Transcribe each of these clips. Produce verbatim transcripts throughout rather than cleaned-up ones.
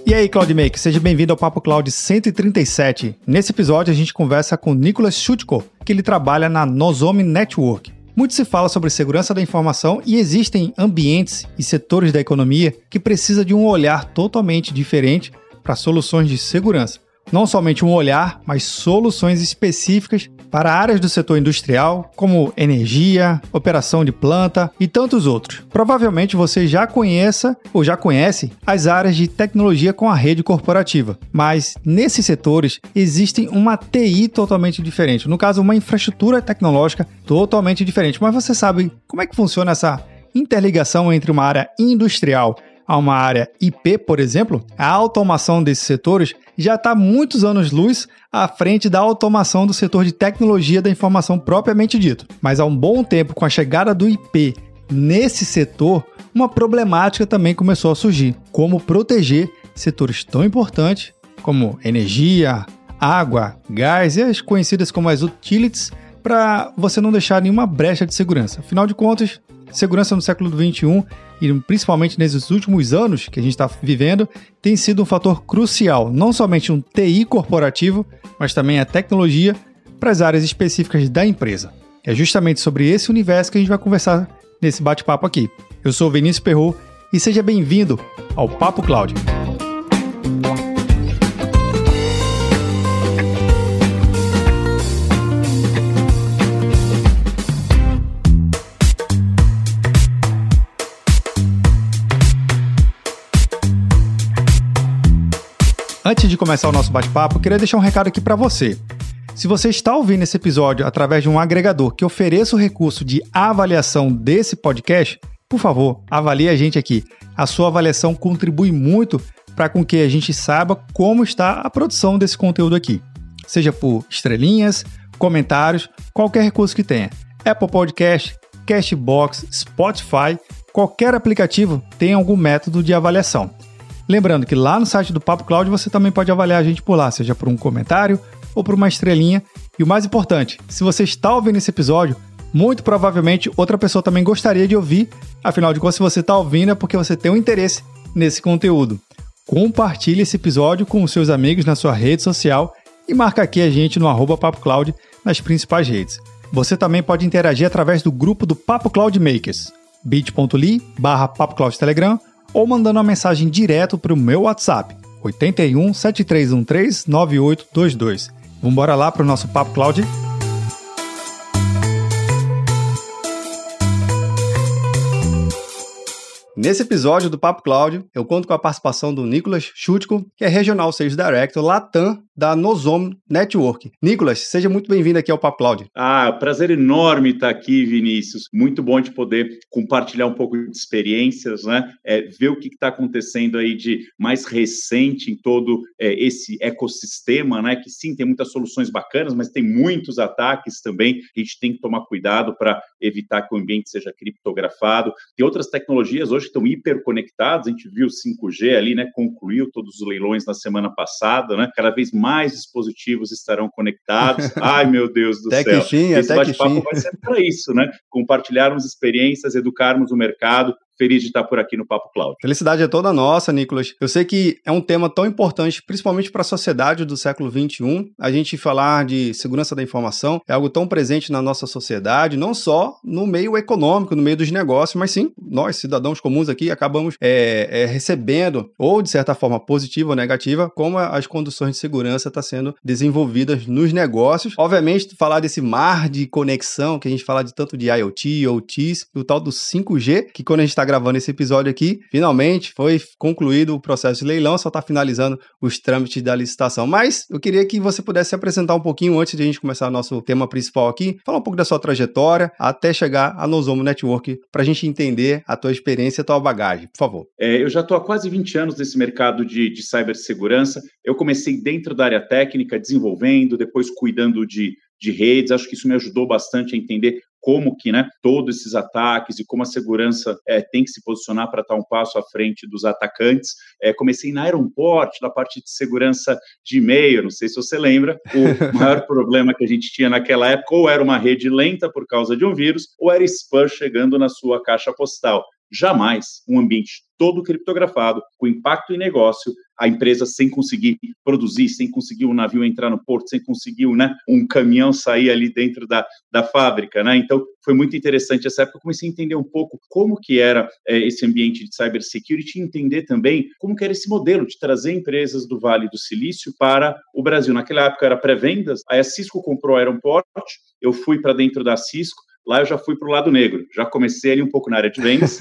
E aí, CloudMaker, seja bem-vindo ao Papo Cloud cento e trinta e sete. Nesse episódio, a gente conversa com Nicolas Schutko, que ele trabalha na Nozomi Network. Muito se fala sobre segurança da informação e existem ambientes e setores da economia que precisam de um olhar totalmente diferente para soluções de segurança. Não somente um olhar, mas soluções específicas para áreas do setor industrial, como energia, operação de planta e tantos outros. Provavelmente você já conheça ou já conhece as áreas de tecnologia com a rede corporativa, mas nesses setores existem uma T I totalmente diferente, no caso uma infraestrutura tecnológica totalmente diferente. Mas você sabe como é que funciona essa interligação entre uma área industrial a uma área I P, por exemplo? A automação desses setores já está muitos anos-luz à frente da automação do setor de tecnologia da informação propriamente dito. Mas há um bom tempo, com a chegada do I P nesse setor, uma problemática também começou a surgir. Como proteger setores tão importantes como energia, água, gás e as conhecidas como as utilities, para você não deixar nenhuma brecha de segurança. Afinal de contas, segurança no século vinte e um, e principalmente nesses últimos anos que a gente está vivendo, tem sido um fator crucial, não somente um T I corporativo, mas também a tecnologia para as áreas específicas da empresa. É justamente sobre esse universo que a gente vai conversar nesse bate-papo aqui. Eu sou o Vinícius Perro e seja bem-vindo ao Papo Cloud. Antes de começar o nosso bate-papo, eu queria deixar um recado aqui para você. Se você está ouvindo esse episódio através de um agregador que ofereça o recurso de avaliação desse podcast, por favor, avalie a gente aqui. A sua avaliação contribui muito para com que a gente saiba como está a produção desse conteúdo aqui. Seja por estrelinhas, comentários, qualquer recurso que tenha. Apple Podcast, Castbox, Spotify, qualquer aplicativo tem algum método de avaliação. Lembrando que lá no site do Papo Cloud você também pode avaliar a gente por lá, seja por um comentário ou por uma estrelinha. E o mais importante, se você está ouvindo esse episódio, muito provavelmente outra pessoa também gostaria de ouvir. Afinal de contas, se você está ouvindo é porque você tem um interesse nesse conteúdo. Compartilhe esse episódio com os seus amigos na sua rede social e marca aqui a gente no arroba Papo Cloud nas principais redes. Você também pode interagir através do grupo do Papo Cloud Makers, bit.ly barra Papo Cloud Telegram, ou mandando uma mensagem direto para o meu WhatsApp, oito um, sete três um três, nove oito dois dois. Vamos embora lá para o nosso Papo Cloud? Nesse episódio do Papo Cloud, eu conto com a participação do Nicolas Schutko, que é Regional Sales Director Latam da Nozomi Network. Nicolas, seja muito bem-vindo aqui ao Papo Cloud. Ah, prazer enorme estar aqui, Vinícius. Muito bom de poder compartilhar um pouco de experiências, né? É, ver o que está acontecendo aí de mais recente em todo é, esse ecossistema, né? Que sim, tem muitas soluções bacanas, mas tem muitos ataques também que a gente tem que tomar cuidado para evitar que o ambiente seja criptografado. Tem outras tecnologias hoje que estão hiperconectadas, a gente viu o cinco G ali, né? Concluiu todos os leilões na semana passada, né? Cada vez mais mais dispositivos estarão conectados. Ai, meu Deus do até céu. Que fim, Esse até bate-papo que fim. vai ser para isso, né? Compartilharmos experiências, educarmos o mercado. Feliz de estar por aqui no Papo Cloud. Felicidade é toda nossa, Nicolas. Eu sei que é um tema tão importante, principalmente para a sociedade do século vinte e um. A gente falar de segurança da informação é algo tão presente na nossa sociedade, não só no meio econômico, no meio dos negócios, mas sim, nós, cidadãos comuns aqui, acabamos é, é, recebendo, ou de certa forma positiva ou negativa, como as conduções de segurança estão sendo desenvolvidas nos negócios. Obviamente, falar desse mar de conexão, que a gente fala de tanto de IoT, O Ts, o tal do cinco G, que quando a gente está gravando esse episódio aqui, finalmente foi concluído o processo de leilão, só está finalizando os trâmites da licitação. Mas eu queria que você pudesse se apresentar um pouquinho antes de a gente começar o nosso tema principal aqui, falar um pouco da sua trajetória até chegar à Nozomi Network, para a gente entender a tua experiência e a tua bagagem, por favor. É, eu já estou há quase vinte anos nesse mercado de, de cibersegurança. Eu comecei dentro da área técnica, desenvolvendo, depois cuidando de, de redes. Acho que isso me ajudou bastante a entender como que, né, todos esses ataques e como a segurança é, tem que se posicionar para estar um passo à frente dos atacantes. É, comecei na Aeromport, na parte de segurança de e-mail, não sei se você lembra, o maior problema que a gente tinha naquela época ou era uma rede lenta por causa de um vírus, ou era spam chegando na sua caixa postal. Jamais um ambiente todo criptografado, com impacto em negócio, a empresa sem conseguir produzir, sem conseguir um navio entrar no porto, sem conseguir, né, um caminhão sair ali dentro da, da fábrica, né? Então, foi muito interessante essa época. Eu comecei a entender um pouco como que era é, esse ambiente de cybersecurity e entender também como que era esse modelo de trazer empresas do Vale do Silício para o Brasil. Naquela época era pré-vendas, aí a Cisco comprou a Aeroporte, eu fui para dentro da Cisco, lá eu já fui para o lado negro, já comecei ali um pouco na área de vendas.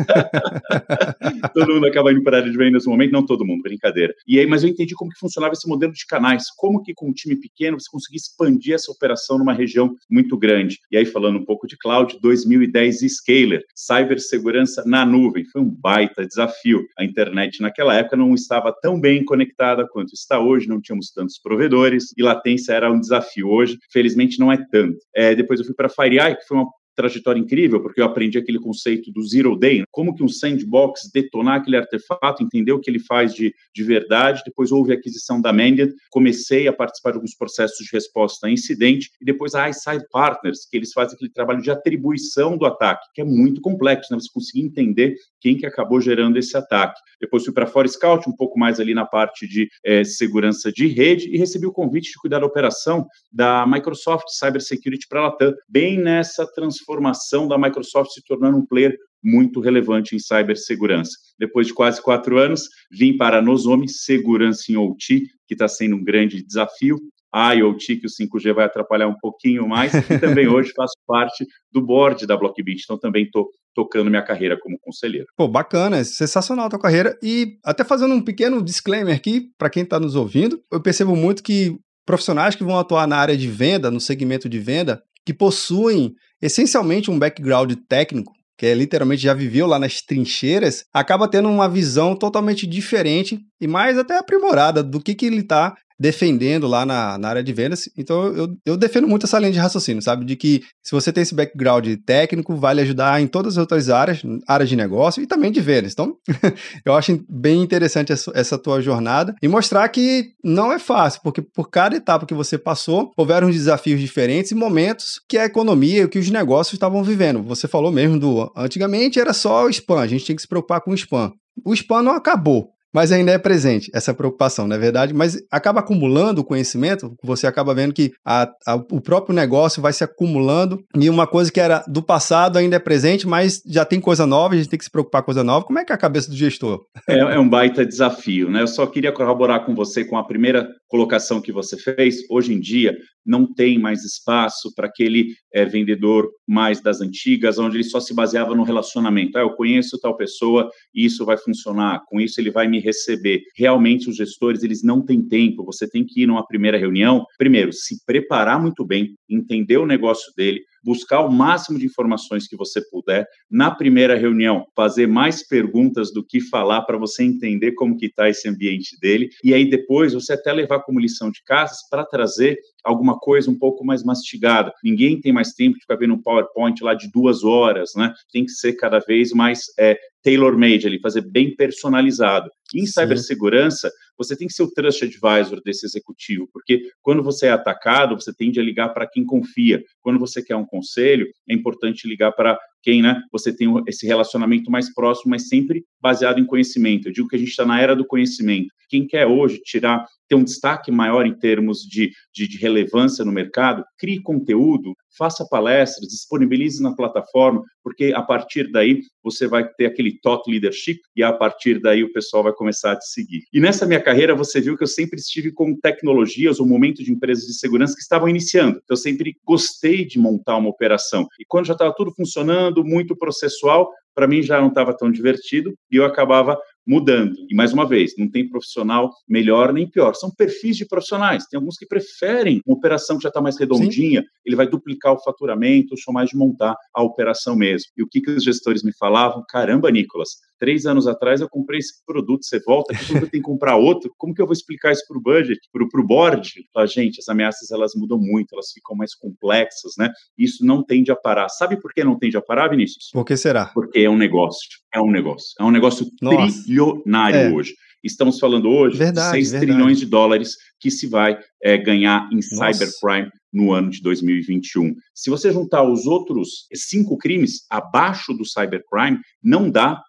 Todo mundo acaba indo para a área de vendas no momento, não todo mundo, brincadeira. E aí, mas eu entendi como que funcionava esse modelo de canais, como que com um time pequeno você conseguia expandir essa operação numa região muito grande. E aí, falando um pouco de cloud, dois mil e dez Scaler, cibersegurança na nuvem, foi um baita desafio. A internet naquela época não estava tão bem conectada quanto está hoje, não tínhamos tantos provedores e latência era um desafio. Hoje, felizmente, não é tanto. É, depois eu fui para a FireEye, que foi uma trajetória incrível, porque eu aprendi aquele conceito do Zero Day, como que um sandbox detonar aquele artefato, entender o que ele faz de, de verdade, depois houve a aquisição da Mandiant, comecei a participar de alguns processos de resposta a incidente, e depois a iSide Partners, que eles fazem aquele trabalho de atribuição do ataque, que é muito complexo, né? Você conseguir entender quem que acabou gerando esse ataque. Depois fui para a Forescout, um pouco mais ali na parte de eh, segurança de rede, e recebi o convite de cuidar da operação da Microsoft Cybersecurity para a Latam, bem nessa transformação formação da Microsoft se tornando um player muito relevante em cibersegurança. Depois de quase quatro anos, vim para a Nozomi, segurança em O T, que está sendo um grande desafio. A IoT, que o cinco G vai atrapalhar um pouquinho mais, e também hoje faço parte do board da Blockbit, então também estou tocando minha carreira como conselheiro. Pô, bacana, sensacional a tua carreira. E até fazendo um pequeno disclaimer aqui, para quem está nos ouvindo, eu percebo muito que profissionais que vão atuar na área de venda, no segmento de venda, que possuem essencialmente um background técnico, que é literalmente já viveu lá nas trincheiras, acaba tendo uma visão totalmente diferente e mais até aprimorada do que, que ele está defendendo lá na, na área de vendas. Então, eu, eu defendo muito essa linha de raciocínio, sabe? De que se você tem esse background técnico, vai lhe ajudar em todas as outras áreas, áreas de negócio e também de vendas. Então, eu acho bem interessante essa, essa tua jornada e mostrar que não é fácil, porque por cada etapa que você passou, houveram desafios diferentes e momentos que a economia, que os negócios estavam vivendo. Você falou mesmo do... Antigamente era só o spam, a gente tinha que se preocupar com o spam. O spam não acabou, mas ainda é presente essa preocupação, não é verdade? Mas acaba acumulando o conhecimento, você acaba vendo que a, a, o próprio negócio vai se acumulando e uma coisa que era do passado ainda é presente, mas já tem coisa nova, a gente tem que se preocupar com coisa nova. Como é que é a cabeça do gestor? É, é um baita desafio, né? Eu só queria corroborar com você com a primeira colocação que você fez. Hoje em dia, não tem mais espaço para aquele é, vendedor mais das antigas, onde ele só se baseava no relacionamento. Ah, eu conheço tal pessoa e isso vai funcionar, com isso ele vai me receber. Realmente, os gestores, eles não têm tempo. Você tem que ir numa primeira reunião, primeiro, se preparar muito bem, entender o negócio dele, buscar o máximo de informações que você puder. Na primeira reunião, fazer mais perguntas do que falar para você entender como que está esse ambiente dele. E aí depois você até levar como lição de casa para trazer alguma coisa um pouco mais mastigada. Ninguém tem mais tempo de ficar vendo um PowerPoint lá de duas horas, né? Tem que ser cada vez mais é, tailor-made ali, fazer bem personalizado. E em Sim. cibersegurança, você tem que ser o trust advisor desse executivo, porque quando você é atacado, você tende a ligar para quem confia. Quando você quer um conselho, é importante ligar para quem, né, você tem esse relacionamento mais próximo, mas sempre baseado em conhecimento. Eu digo que a gente está na era do conhecimento. Quem quer hoje tirar, ter um destaque maior em termos de, de, de relevância no mercado, crie conteúdo, faça palestras, disponibilize na plataforma, porque a partir daí você vai ter aquele thought leadership e a partir daí o pessoal vai começar a te seguir. E nessa minha carreira você viu que eu sempre estive com tecnologias ou momento de empresas de segurança que estavam iniciando. Eu sempre gostei de montar uma operação. E quando já estava tudo funcionando, muito processual, para mim já não estava tão divertido e eu acabava mudando. E, mais uma vez, não tem profissional melhor nem pior. São perfis de profissionais. Tem alguns que preferem uma operação que já está mais redondinha, Sim. ele vai duplicar o faturamento, eu sou mais de montar a operação mesmo. E o que, que os gestores me falavam? Caramba, Nicolas, três anos atrás eu comprei esse produto, você volta, que eu tenho que comprar outro, como que eu vou explicar isso para o budget, para o board? Ah, gente, as ameaças elas mudam muito, elas ficam mais complexas, né? Isso não tende a parar. Sabe por que não tende a parar, Vinícius? Por que será? Porque é um negócio, é um negócio, é um negócio Nossa. trilionário é. hoje. Estamos falando hoje verdade, de seis verdade. trilhões de dólares que se vai é, ganhar em Nossa. cybercrime no ano de dois mil e vinte e um. Se você juntar os outros cinco crimes abaixo do cybercrime, não dá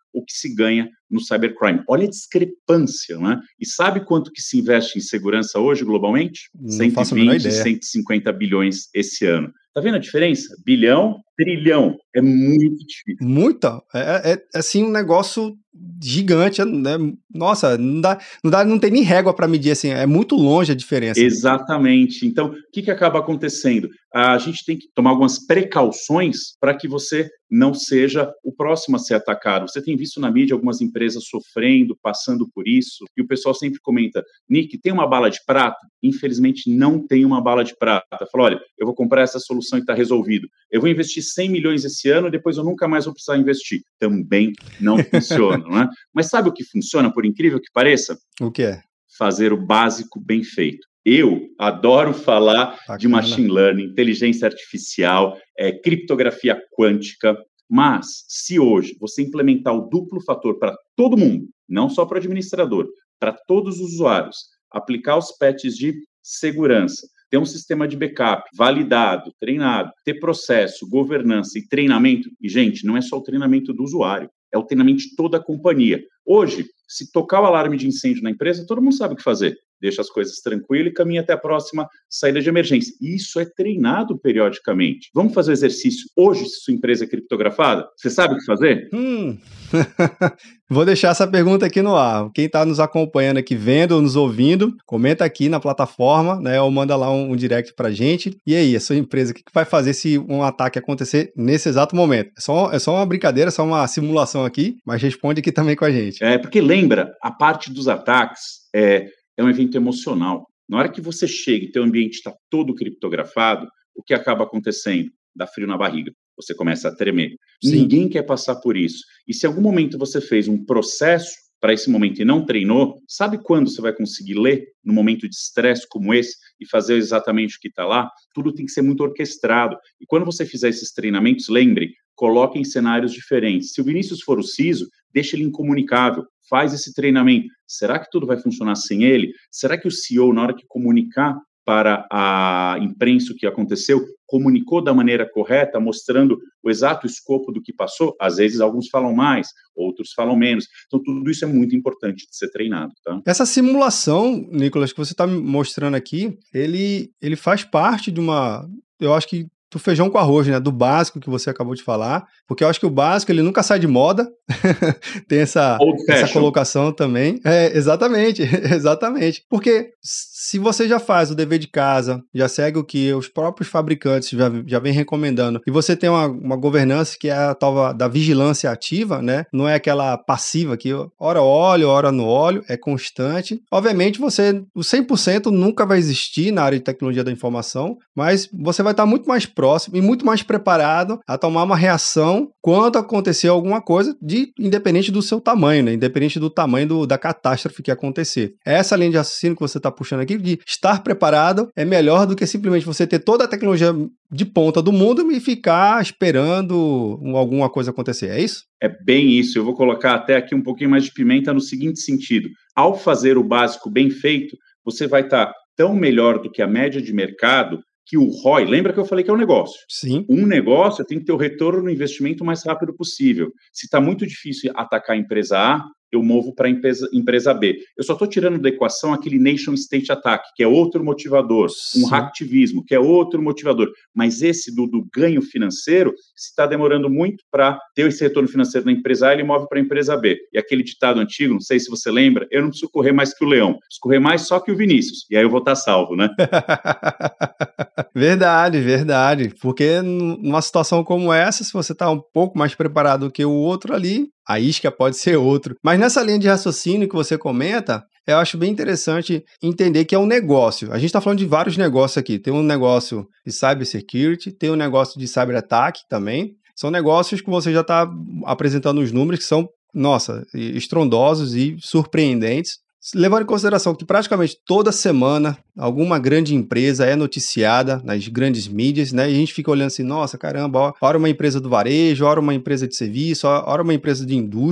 o que se ganha no cybercrime. Olha a discrepância, né? E sabe quanto que se investe em segurança hoje globalmente? Não faço a menor cento e vinte, ideia. cento e cinquenta bilhões esse ano. Tá vendo a diferença? Bilhão, trilhão. É muito difícil. Muita. É, é, é assim um negócio gigante, né? Nossa, não dá, não dá, não tem nem régua para medir assim. É muito longe a diferença. Exatamente. Então, o que, que acaba acontecendo? A gente tem que tomar algumas precauções para que você não seja o próximo a ser atacado. Você tem visto na mídia algumas empresas sofrendo, passando por isso, e o pessoal sempre comenta, Nick, tem uma bala de prata? Infelizmente, não tem uma bala de prata. Fala, olha, eu vou comprar essa solução e está resolvido. Eu vou investir cem milhões esse ano, depois eu nunca mais vou precisar investir. Também não funciona, não é? Mas sabe o que funciona, por incrível que pareça? O que é? Fazer o básico bem feito. Eu adoro falar Bacana. de machine learning, inteligência artificial, é, criptografia quântica, mas se hoje você implementar o duplo fator para todo mundo, não só para o administrador, para todos os usuários, aplicar os patches de segurança, ter um sistema de backup validado, treinado, ter processo, governança e treinamento, e gente, não é só o treinamento do usuário, é o treinamento de toda a companhia. Hoje, se tocar o alarme de incêndio na empresa, todo mundo sabe o que fazer. Deixa as coisas tranquilas e caminha até a próxima saída de emergência. Isso é treinado periodicamente. Vamos fazer o exercício hoje, se sua empresa é criptografada? Você sabe o que fazer? Hum. Vou deixar essa pergunta aqui no ar. Quem está nos acompanhando aqui, vendo ou nos ouvindo, comenta aqui na plataforma, né, ou manda lá um, um direct pra gente. E aí, a sua empresa, o que, que vai fazer se um ataque acontecer nesse exato momento? É só, é só uma brincadeira, só uma simulação aqui, mas responde aqui também com a gente. É, porque lembra, a parte dos ataques é, é um evento emocional. Na hora que você chega e teu ambiente está todo criptografado, o que acaba acontecendo? Dá frio na barriga. Você começa a tremer. Sim. Ninguém quer passar por isso. E se em algum momento você fez um processo para esse momento e não treinou, sabe quando você vai conseguir ler num momento de estresse como esse e fazer exatamente o que está lá? Tudo tem que ser muito orquestrado. E quando você fizer esses treinamentos, lembre, coloque em cenários diferentes. Se o Vinícius for o C I S O, deixa ele incomunicável. Faz esse treinamento. Será que tudo vai funcionar sem ele? Será que o C E O, na hora que comunicar para a imprensa o que aconteceu, comunicou da maneira correta, mostrando o exato escopo do que passou? Às vezes, alguns falam mais, outros falam menos. Então, tudo isso é muito importante de ser treinado, tá? Essa simulação, Nicolas, que você está me mostrando aqui, ele, ele faz parte de uma... Eu acho que do feijão com arroz, né? Do básico que você acabou de falar, porque eu acho que o básico, ele nunca sai de moda, tem essa, essa colocação também. É, exatamente, exatamente. Porque se você já faz o dever de casa, já segue o que os próprios fabricantes já, já vem recomendando, e você tem uma, uma governança que é a tal da vigilância ativa, né? Não é aquela passiva que hora olho, hora não olho, é constante. Obviamente, você, o cem por cento nunca vai existir na área de tecnologia da informação, mas você vai estar muito mais próximo e muito mais preparado a tomar uma reação quando acontecer alguma coisa, de, independente do seu tamanho, né? Independente do tamanho do, da catástrofe que acontecer. Essa linha de raciocínio que você está puxando aqui, de estar preparado, é melhor do que simplesmente você ter toda a tecnologia de ponta do mundo e ficar esperando alguma coisa acontecer. É isso? É bem isso. Eu vou colocar até aqui um pouquinho mais de pimenta no seguinte sentido. Ao fazer o básico bem feito, você vai estar tão melhor do que a média de mercado que o R O I, lembra que eu falei que é um negócio? Sim. Um negócio tem que ter o retorno no investimento o mais rápido possível. Se está muito difícil atacar a empresa A, eu movo para a empresa, empresa B. Eu só estou tirando da equação aquele nation state attack, que é outro motivador, Sim. um hacktivismo, que é outro motivador. Mas esse do, do ganho financeiro, se está demorando muito para ter esse retorno financeiro na empresa A, ele move para a empresa B. E aquele ditado antigo, não sei se você lembra, eu não preciso correr mais que o leão, preciso correr mais só que o Vinícius. E aí eu vou estar salvo, né? Verdade, verdade. Porque numa situação como essa, se você está um pouco mais preparado que o outro ali, a isca pode ser outro. Mas nessa linha de raciocínio que você comenta, eu acho bem interessante entender que é um negócio. A gente está falando de vários negócios aqui. Tem um negócio de cybersecurity, tem um negócio de cyber-ataque também. São negócios que você já está apresentando os números que são, nossa, estrondosos e surpreendentes. Levando em consideração que praticamente toda semana alguma grande empresa é noticiada nas grandes mídias, né? E a gente fica olhando assim, nossa, caramba, ora uma empresa do varejo, ora uma empresa de serviço, ora uma empresa de indústria.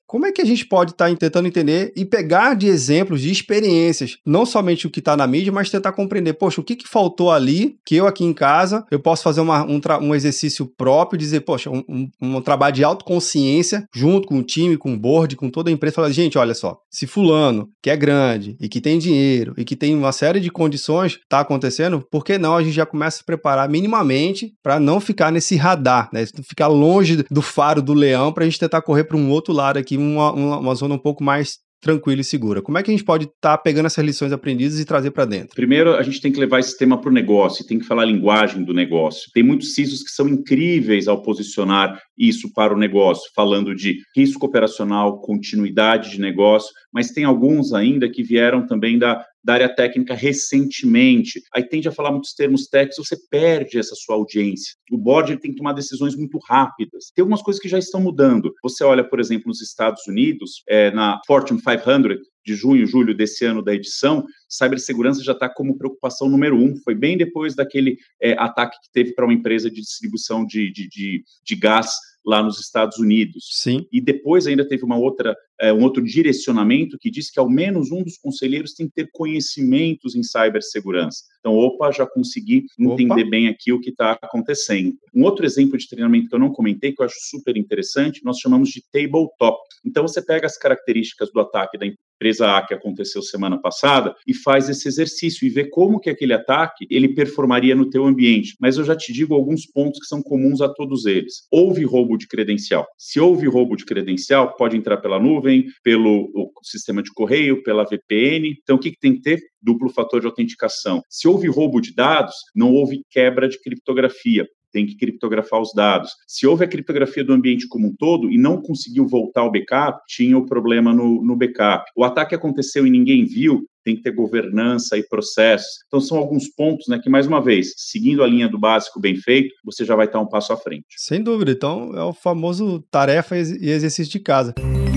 Como é que a gente pode estar tá tentando entender e pegar de exemplos, de experiências, não somente o que está na mídia, mas tentar compreender, poxa, o que, que faltou ali, que eu aqui em casa, eu posso fazer uma, um, um exercício próprio, dizer, poxa, um, um, um trabalho de autoconsciência, junto com o time, com o board, com toda a empresa, falar, gente, olha só, se fulano, que é grande, e que tem dinheiro, e que tem uma série de condições, está acontecendo, por que não a gente já começa a se preparar minimamente para não ficar nesse radar, né? Ficar longe do faro do leão para a gente tentar correr para um outro lado aqui, uma, uma, uma zona um pouco mais tranquila e segura. Como é que a gente pode estar tá pegando essas lições aprendidas e trazer para dentro? Primeiro, a gente tem que levar esse tema para o negócio, tem que falar a linguagem do negócio. Tem muitos C I S Os que são incríveis ao posicionar isso para o negócio, falando de risco operacional, continuidade de negócio, mas tem alguns ainda que vieram também da, da área técnica recentemente. Aí tende a falar muitos termos técnicos, você perde essa sua audiência. O board ele tem que tomar decisões muito rápidas. Tem algumas coisas que já estão mudando. Você olha, por exemplo, nos Estados Unidos, é, na Fortune quinhentos, de junho, julho desse ano da edição, cibersegurança já está como preocupação número um. Foi bem depois daquele é, ataque que teve para uma empresa de distribuição de, de, de, de gás lá nos Estados Unidos. Sim. E depois ainda teve uma outra, é, um outro direcionamento que diz que ao menos um dos conselheiros tem que ter conhecimentos em cibersegurança. Então, opa, já consegui entender opa. bem aqui o que está acontecendo. Um outro exemplo de treinamento que eu não comentei, que eu acho super interessante, nós chamamos de tabletop. Então, você pega as características do ataque da empresa A que aconteceu semana passada e faz esse exercício e vê como que aquele ataque ele performaria no teu ambiente. Mas eu já te digo alguns pontos que são comuns a todos eles. Houve roubo de credencial. Se houve roubo de credencial, pode entrar pela nuvem, pelo o sistema de correio, pela V P N. Então, o que, que tem que ter? Duplo fator de autenticação. Se houve roubo de dados, não houve quebra de criptografia. Tem que criptografar os dados. Se houve a criptografia do ambiente como um todo e não conseguiu voltar ao backup, tinha o problema no, no backup. O ataque aconteceu e ninguém viu, tem que ter governança e processos. Então, são alguns pontos, né, que, mais uma vez, seguindo a linha do básico bem feito, você já vai estar um passo à frente. Sem dúvida. Então, é o famoso tarefa e exercício de casa.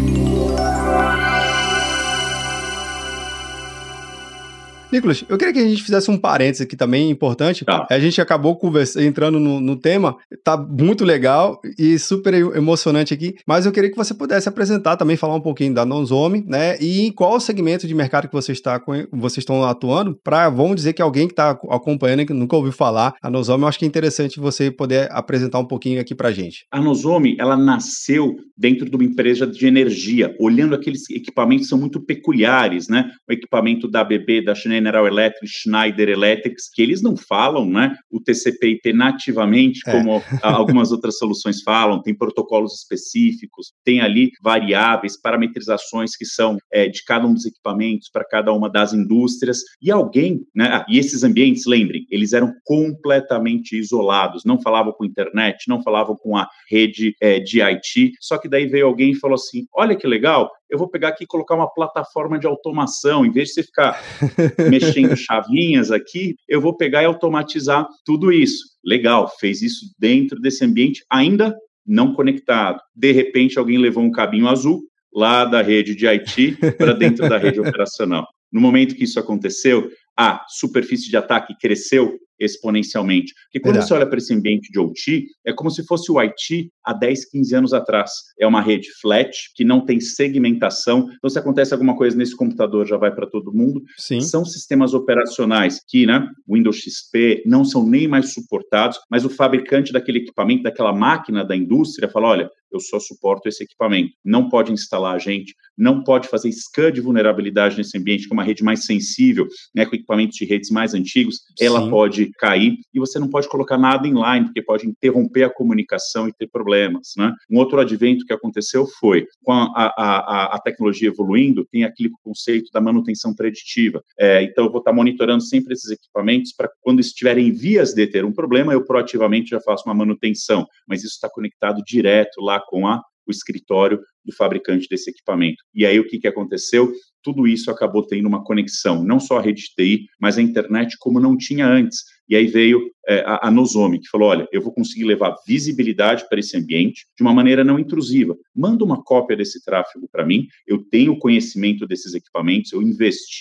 Nicolas, eu queria que a gente fizesse um parênteses aqui também importante. Tá. A gente acabou conversa, entrando no, no tema, tá muito legal e super emocionante aqui, mas eu queria que você pudesse apresentar também, falar um pouquinho da Nozome, né, e qual o segmento de mercado que você está, vocês estão atuando, para, vamos dizer que alguém que está acompanhando e que nunca ouviu falar, a Nozome, eu acho que é interessante você poder apresentar um pouquinho aqui para a gente. A Nozome, ela nasceu dentro de uma empresa de energia, olhando aqueles equipamentos que são muito peculiares, né, o equipamento da A B B, da Schneider General Electric, Schneider Electric, que eles não falam, né, o T C P/I P nativamente, é. como algumas outras soluções falam, tem protocolos específicos, tem ali variáveis, parametrizações que são é, de cada um dos equipamentos para cada uma das indústrias, e alguém, né, ah, e esses ambientes, lembrem, eles eram completamente isolados, não falavam com internet, não falavam com a rede é, de I T, só que daí veio alguém e falou assim, olha que legal, eu vou pegar aqui e colocar uma plataforma de automação, em vez de você ficar mexendo chavinhas aqui, eu vou pegar e automatizar tudo isso. Legal, fez isso dentro desse ambiente ainda não conectado. De repente, alguém levou um cabinho azul lá da rede de I T para dentro da rede operacional. No momento que isso aconteceu, a superfície de ataque cresceu exponencialmente. Porque quando Verdade. Você olha para esse ambiente de O T, é como se fosse o I T há dez, quinze anos atrás. É uma rede flat, que não tem segmentação. Então, se acontece alguma coisa nesse computador, já vai para todo mundo. Sim. São sistemas operacionais que, né, Windows X P, não são nem mais suportados, mas o fabricante daquele equipamento, daquela máquina da indústria, fala, olha, eu só suporto esse equipamento. Não pode instalar a gente, não pode fazer scan de vulnerabilidade nesse ambiente, que é uma rede mais sensível, né, com equipamentos de redes mais antigos, ela Sim. pode cair e você não pode colocar nada inline, porque pode interromper a comunicação e ter problemas, né? Um outro advento que aconteceu foi, com a, a, a, a tecnologia evoluindo, tem aquele conceito da manutenção preditiva. É, então, eu vou estar monitorando sempre esses equipamentos para quando estiverem em vias de ter um problema, eu proativamente já faço uma manutenção, mas isso está conectado direto lá com a, o escritório do fabricante desse equipamento. E aí, o que, que aconteceu? Tudo isso acabou tendo uma conexão, não só a rede de T I, mas a internet como não tinha antes. E aí veio é, a, a Nozome, que falou, olha, eu vou conseguir levar visibilidade para esse ambiente de uma maneira não intrusiva. Manda uma cópia desse tráfego para mim, eu tenho conhecimento desses equipamentos, eu investi, né,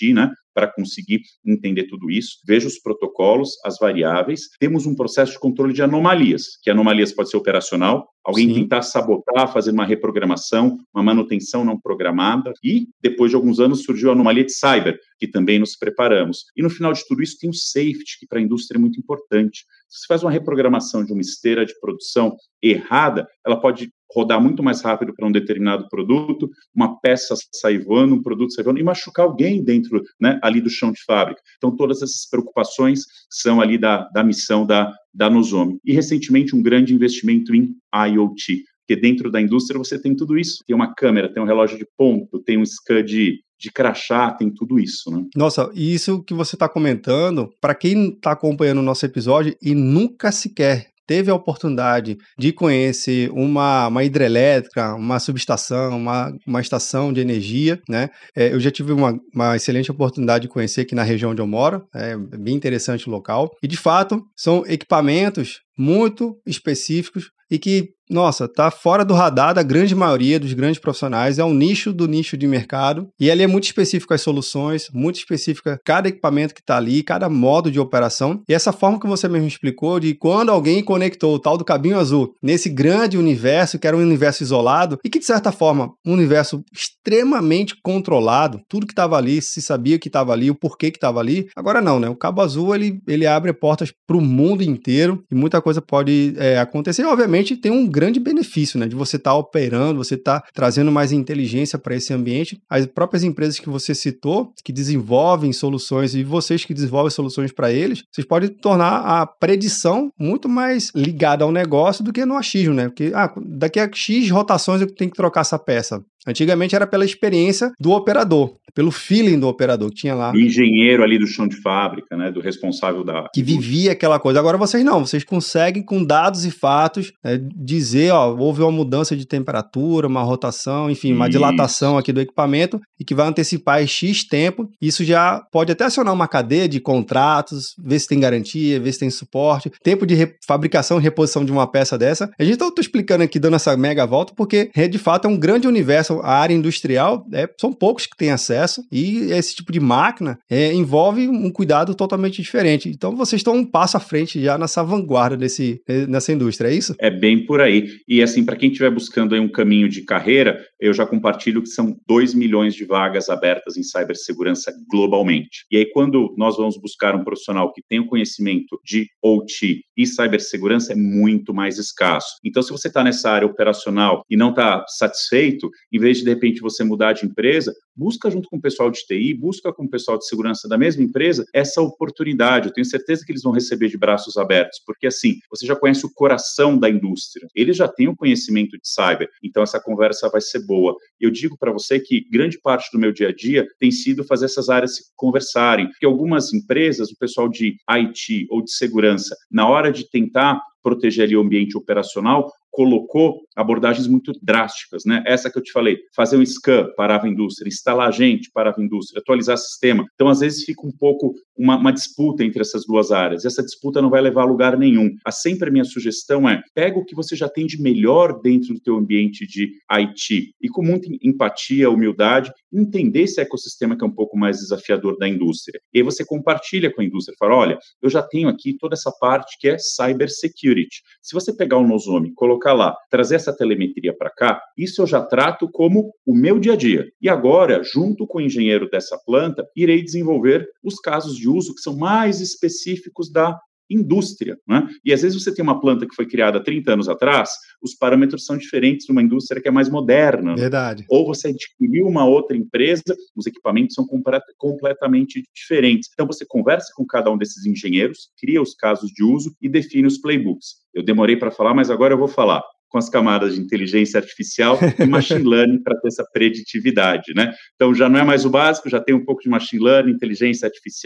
para conseguir entender tudo isso. Veja os protocolos, as variáveis. Temos um processo de controle de anomalias, que anomalias pode ser operacional, alguém Sim. tentar sabotar, fazer uma reprogramação, uma manutenção não programada, e depois de alguns anos surgiu a anomalia de cyber, que também nos preparamos. E no final de tudo isso tem o safety, que para a indústria é muito importante. Se você faz uma reprogramação de uma esteira de produção errada, ela pode rodar muito mais rápido para um determinado produto, uma peça sair voando, um produto sair voando, e machucar alguém dentro, né, ali do chão de fábrica. Então, todas essas preocupações são ali da, da missão da, da Nozomi. E, recentemente, um grande investimento em I O T, porque dentro da indústria você tem tudo isso. Tem uma câmera, tem um relógio de ponto, tem um scan de, de crachá, tem tudo isso, né? Nossa, e isso que você está comentando, para quem está acompanhando o nosso episódio e nunca sequer teve a oportunidade de conhecer uma, uma hidrelétrica, uma subestação, uma, uma estação de energia, né? É, eu já tive uma, uma excelente oportunidade de conhecer aqui na região onde eu moro, é bem interessante o local. E, de fato, são equipamentos muito específicos e que, nossa, tá fora do radar da grande maioria dos grandes profissionais, é um nicho do nicho de mercado, e ali é muito específico as soluções, muito específica cada equipamento que está ali, cada modo de operação, e essa forma que você mesmo explicou, de quando alguém conectou o tal do cabinho azul nesse grande universo, que era um universo isolado, e que, de certa forma, um universo extremamente controlado, tudo que estava ali, se sabia que estava ali, o porquê que estava ali, agora não, né? O cabo azul, ele, ele abre portas para o mundo inteiro, e muita coisa pode é, acontecer, obviamente, tem um grande benefício, né, de você estar tá operando, você estar tá trazendo mais inteligência para esse ambiente. As próprias empresas que você citou, que desenvolvem soluções, e vocês que desenvolvem soluções para eles, vocês podem tornar a predição muito mais ligada ao negócio do que no achismo, né? Porque ah, daqui a X rotações eu tenho que trocar essa peça. Antigamente era pela experiência do operador, pelo feeling do operador que tinha lá. Do engenheiro ali do chão de fábrica, né, do responsável da... Que vivia aquela coisa. Agora vocês não, vocês conseguem com dados e fatos é, dizer, ó, houve uma mudança de temperatura, uma rotação, enfim, uma Isso. dilatação aqui do equipamento e que vai antecipar X tempo. Isso já pode até acionar uma cadeia de contratos, ver se tem garantia, ver se tem suporte, tempo de re- fabricação e reposição de uma peça dessa. A gente está explicando aqui, dando essa mega volta, porque de fato é um grande universo. A área industrial, é, são poucos que têm acesso e esse tipo de máquina é, envolve um cuidado totalmente diferente. Então, vocês estão um passo à frente já nessa vanguarda desse, nessa indústria, é isso? É bem por aí. E assim, para quem estiver buscando aí um caminho de carreira, eu já compartilho que são dois milhões de vagas abertas em cibersegurança globalmente. E aí, quando nós vamos buscar um profissional que tem o conhecimento de O T e cibersegurança, é muito mais escasso. Então, se você está nessa área operacional e não está satisfeito, em vez de, de repente, você mudar de empresa, busca junto com o pessoal de T I, busca com o pessoal de segurança da mesma empresa essa oportunidade. Eu tenho certeza que eles vão receber de braços abertos, porque assim, você já conhece o coração da indústria, eles já têm o conhecimento de cyber, então essa conversa vai ser boa. Eu digo para você que grande parte do meu dia a dia tem sido fazer essas áreas se conversarem, porque algumas empresas, o pessoal de I T ou de segurança, na hora de tentar proteger ali o ambiente operacional, colocou abordagens muito drásticas, né? Essa que eu te falei, fazer um scan, parava a indústria, instalar gente, parava a indústria, atualizar sistema. Então, às vezes, fica um pouco uma, uma disputa entre essas duas áreas. Essa disputa não vai levar a lugar nenhum. A sempre a minha sugestão é, pega o que você já tem de melhor dentro do teu ambiente de I T e com muita empatia, humildade, entender esse ecossistema que é um pouco mais desafiador da indústria. E aí você compartilha com a indústria, fala, olha, eu já tenho aqui toda essa parte que é cybersecurity. Se você pegar o Nozomi, colocar lá, trazer essa telemetria para cá, isso eu já trato como o meu dia a dia. E agora, junto com o engenheiro dessa planta, irei desenvolver os casos de uso que são mais específicos da indústria, né? E às vezes você tem uma planta que foi criada há trinta anos atrás, os parâmetros são diferentes de uma indústria que é mais moderna. Verdade. Ou você adquiriu uma outra empresa, os equipamentos são completamente diferentes. Então você conversa com cada um desses engenheiros, cria os casos de uso e define os playbooks. Eu demorei para falar, mas agora eu vou falar. Com as camadas de inteligência artificial e machine learning para ter essa preditividade, né? Então, já não é mais o básico, já tem um pouco de machine learning, inteligência artificial,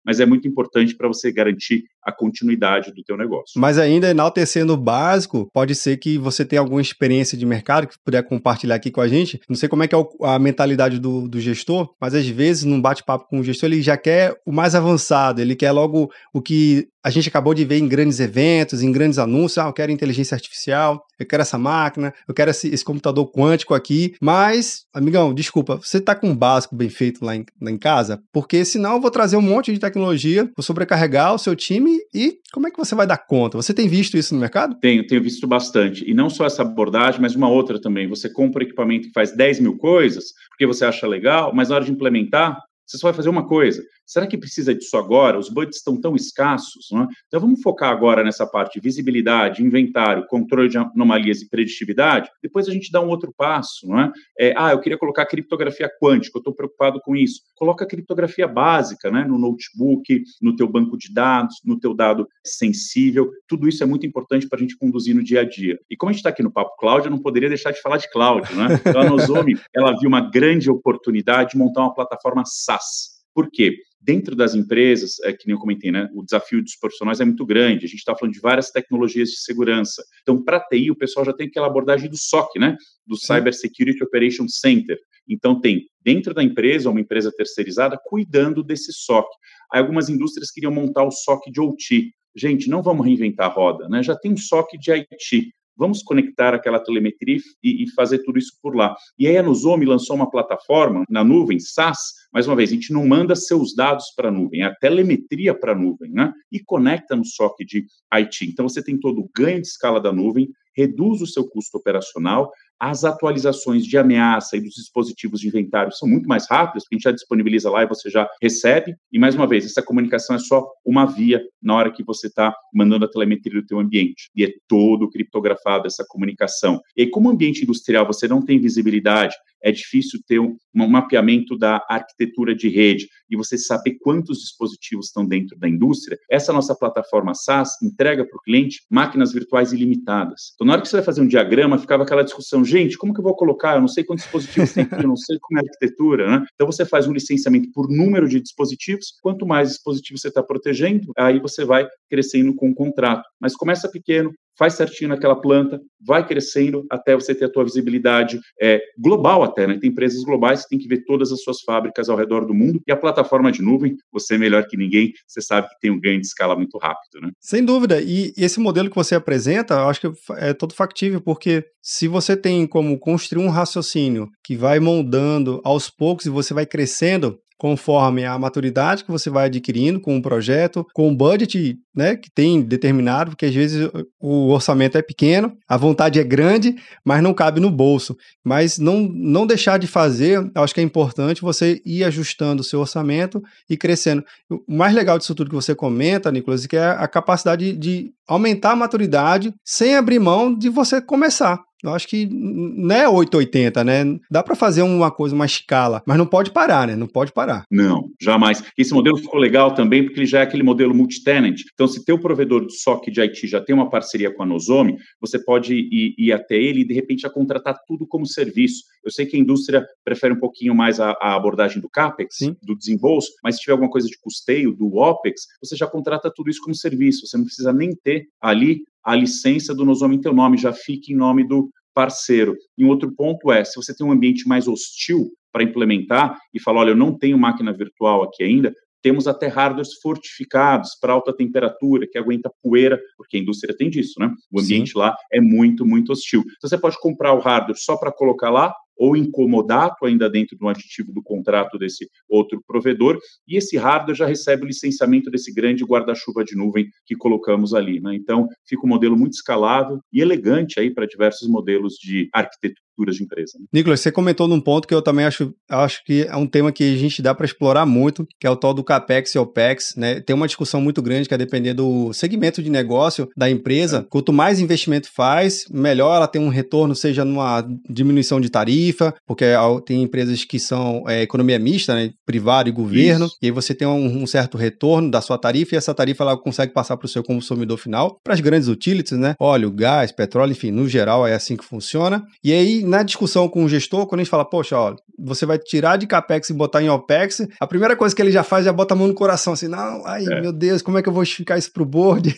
mas é muito importante para você garantir a continuidade do teu negócio. Mas ainda enaltecendo o básico, pode ser que você tenha alguma experiência de mercado que puder compartilhar aqui com a gente. Não sei como é que é a mentalidade do, do gestor, mas às vezes num bate-papo com o gestor ele já quer o mais avançado, ele quer logo o que a gente acabou de ver em grandes eventos, em grandes anúncios. Ah, eu quero inteligência artificial, eu quero essa máquina, eu quero esse, esse computador quântico aqui. Mas, amigão, desculpa, você está com um básico bem feito lá em, lá em casa? Porque senão eu vou trazer um monte de tecnologia, vou sobrecarregar o seu time e como é que você vai dar conta? Você tem visto isso no mercado? Tenho, tenho visto bastante. E não só essa abordagem, mas uma outra também. Você compra um equipamento que faz dez mil coisas, porque você acha legal, mas na hora de implementar, você só vai fazer uma coisa. Será que precisa disso agora? Os budgets estão tão escassos, não é? Então vamos focar agora nessa parte de visibilidade, inventário, controle de anomalias e preditividade. Depois a gente dá um outro passo, não é? É ah, eu queria colocar criptografia quântica, eu estou preocupado com isso. Coloca a criptografia básica, né? No notebook, no teu banco de dados, no teu dado sensível. Tudo isso é muito importante para a gente conduzir no dia a dia. E como a gente está aqui no Papo Cloud, eu não poderia deixar de falar de cloud, não é? Então a Nozomi, ela viu uma grande oportunidade de montar uma plataforma SaaS. Por quê? Dentro das empresas, é, que nem eu comentei, né, o desafio dos profissionais é muito grande, a gente está falando de várias tecnologias de segurança. Então, para T I, o pessoal já tem aquela abordagem do S O C, né, do Cyber Security Operations Center. Então, tem dentro da empresa, uma empresa terceirizada, cuidando desse S O C. Aí, algumas indústrias queriam montar o S O C de O T. Gente, não vamos reinventar a roda, né? Já tem um S O C de I T. Vamos conectar aquela telemetria e, e fazer tudo isso por lá. E aí a Nozomi lançou uma plataforma na nuvem, SaaS. Mais uma vez, a gente não manda seus dados para a nuvem, é a telemetria para a nuvem, né? E conecta no S O C de I T. Então, você tem todo o ganho de escala da nuvem, reduz o seu custo operacional, as atualizações de ameaça e dos dispositivos de inventário são muito mais rápidas, porque a gente já disponibiliza lá e você já recebe. E, mais uma vez, essa comunicação é só uma via na hora que você está mandando a telemetria do teu ambiente. E é todo criptografado essa comunicação. E aí, como ambiente industrial você não tem visibilidade, é difícil ter um, um mapeamento da arquitetura de rede e você saber quantos dispositivos estão dentro da indústria, essa nossa plataforma SaaS entrega para o cliente máquinas virtuais ilimitadas. Então, na hora que você vai fazer um diagrama, ficava aquela discussão, gente, como que eu vou colocar? Eu não sei quantos dispositivos tem aqui, eu não sei como é a arquitetura, né? Então, você faz um licenciamento por número de dispositivos, quanto mais dispositivos você está protegendo, aí você vai crescendo com o contrato. Mas começa pequeno, faz certinho naquela planta, vai crescendo até você ter a tua visibilidade é, global até, né? Tem empresas globais que tem que ver todas as suas fábricas ao redor do mundo e a plataforma de nuvem, você é melhor que ninguém, você sabe que tem um ganho de escala muito rápido, né? Sem dúvida, e esse modelo que você apresenta, eu acho que é todo factível, porque se você tem como construir um raciocínio que vai moldando aos poucos e você vai crescendo, conforme a maturidade que você vai adquirindo com o projeto, com o budget, né, que tem determinado, porque às vezes o orçamento é pequeno, a vontade é grande, mas não cabe no bolso. Mas não, não deixar de fazer, acho que é importante você ir ajustando o seu orçamento e crescendo. O mais legal disso tudo que você comenta, Nicolas, é que é a capacidade de aumentar a maturidade sem abrir mão de você começar. Eu acho que não é oitocentos e oitenta, né? Dá para fazer uma coisa, uma escala, mas não pode parar, né? Não pode parar. Não, jamais. Esse modelo ficou legal também porque ele já é aquele modelo multi-tenant. Então, se teu provedor do S O C de I T já tem uma parceria com a Nozomi, você pode ir, ir até ele e, de repente, já contratar tudo como serviço. Eu sei que a indústria prefere um pouquinho mais a, a abordagem do CAPEX, Sim. do desembolso, mas se tiver alguma coisa de custeio, do OPEX, você já contrata tudo isso como serviço. Você não precisa nem ter ali a licença do Nozomi em teu nome, já fica em nome do parceiro. E um outro ponto é, se você tem um ambiente mais hostil para implementar e falar, olha, eu não tenho máquina virtual aqui ainda, temos até hardwares fortificados para alta temperatura, que aguenta poeira, porque a indústria tem disso, né? O ambiente Sim. lá é muito, muito hostil. Então, você pode comprar o hardware só para colocar lá, ou incomodato ainda dentro do aditivo do contrato desse outro provedor, e esse hardware já recebe o licenciamento desse grande guarda-chuva de nuvem que colocamos ali, né? Então, fica um modelo muito escalável e elegante aí para diversos modelos de arquitetura de empresa. Né? Nicolas, você comentou num ponto que eu também acho, acho que é um tema que a gente dá para explorar muito, que é o tal do CAPEX e OPEX, né? Tem uma discussão muito grande que é depender do segmento de negócio da empresa. É. Quanto mais investimento faz, melhor ela tem um retorno, seja numa diminuição de tarifa, porque tem empresas que são é, economia mista, né? Privado e governo, Isso. e aí você tem um, um certo retorno da sua tarifa e essa tarifa ela consegue passar para o seu consumidor final, para as grandes utilities, né? Óleo, gás, petróleo, enfim, no geral é assim que funciona. E aí, na discussão com o gestor, quando a gente fala, poxa, ó, você vai tirar de CAPEX e botar em OPEX, a primeira coisa que ele já faz é bota a mão no coração, assim, não, ai, é. meu Deus, como é que eu vou justificar isso pro board?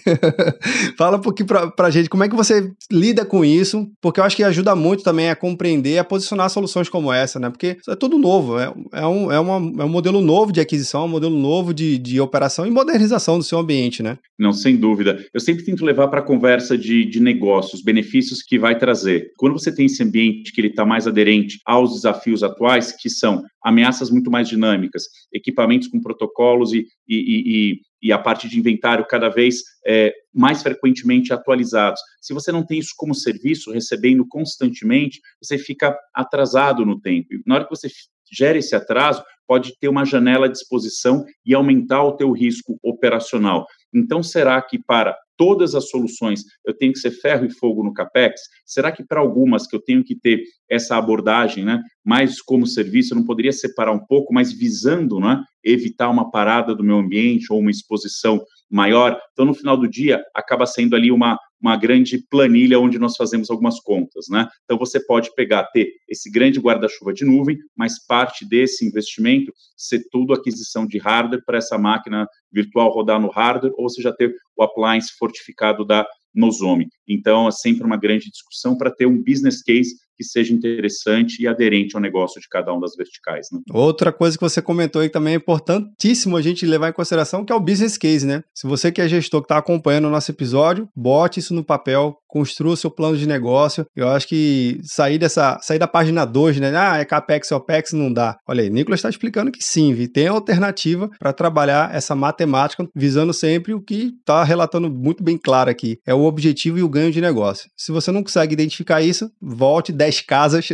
Fala um pouquinho pra, pra gente, como é que você lida com isso? Porque eu acho que ajuda muito também a compreender, a posicionar soluções como essa, né? Porque é tudo novo, é, é, um, é, uma, é um modelo novo de aquisição, um modelo novo de, de operação e modernização do seu ambiente, né? Não, sem dúvida. Eu sempre tento levar para a conversa de, de negócios, benefícios que vai trazer. Quando você tem esse ambiente que ele está mais aderente aos desafios atuais, que são ameaças muito mais dinâmicas, equipamentos com protocolos e, e, e, e a parte de inventário cada vez é, mais frequentemente atualizados. Se você não tem isso como serviço, recebendo constantemente, você fica atrasado no tempo. E na hora que você gera esse atraso, pode ter uma janela de exposição e aumentar o teu risco operacional. Então, será que para todas as soluções eu tenho que ser ferro e fogo no CAPEX? Será que para algumas que eu tenho que ter essa abordagem, né, mais como serviço, eu não poderia separar um pouco, mas visando, né, evitar uma parada do meu ambiente ou uma exposição maior? Então, no final do dia, acaba sendo ali uma, uma grande planilha onde nós fazemos algumas contas, né? Então, você pode pegar, ter esse grande guarda-chuva de nuvem, mas parte desse investimento ser tudo aquisição de hardware para essa máquina virtual rodar no hardware, ou você já ter o appliance fortificado da Nozomi. Então, é sempre uma grande discussão para ter um business case que seja interessante e aderente ao negócio de cada uma das verticais, né? Outra coisa que você comentou aí também é importantíssimo a gente levar em consideração, que é o business case, né? Se você que é gestor que está acompanhando o nosso episódio, bote isso no papel, construa o seu plano de negócio. Eu acho que sair dessa, sair da página dois, né? Ah, é CAPEX e OPEX, não dá. Olha aí, Nicolas está explicando que sim, Vi, tem alternativa para trabalhar essa matemática, visando sempre o que está relatando muito bem claro aqui, é o objetivo e o ganho de negócio. Se você não consegue identificar isso, volte dez casas,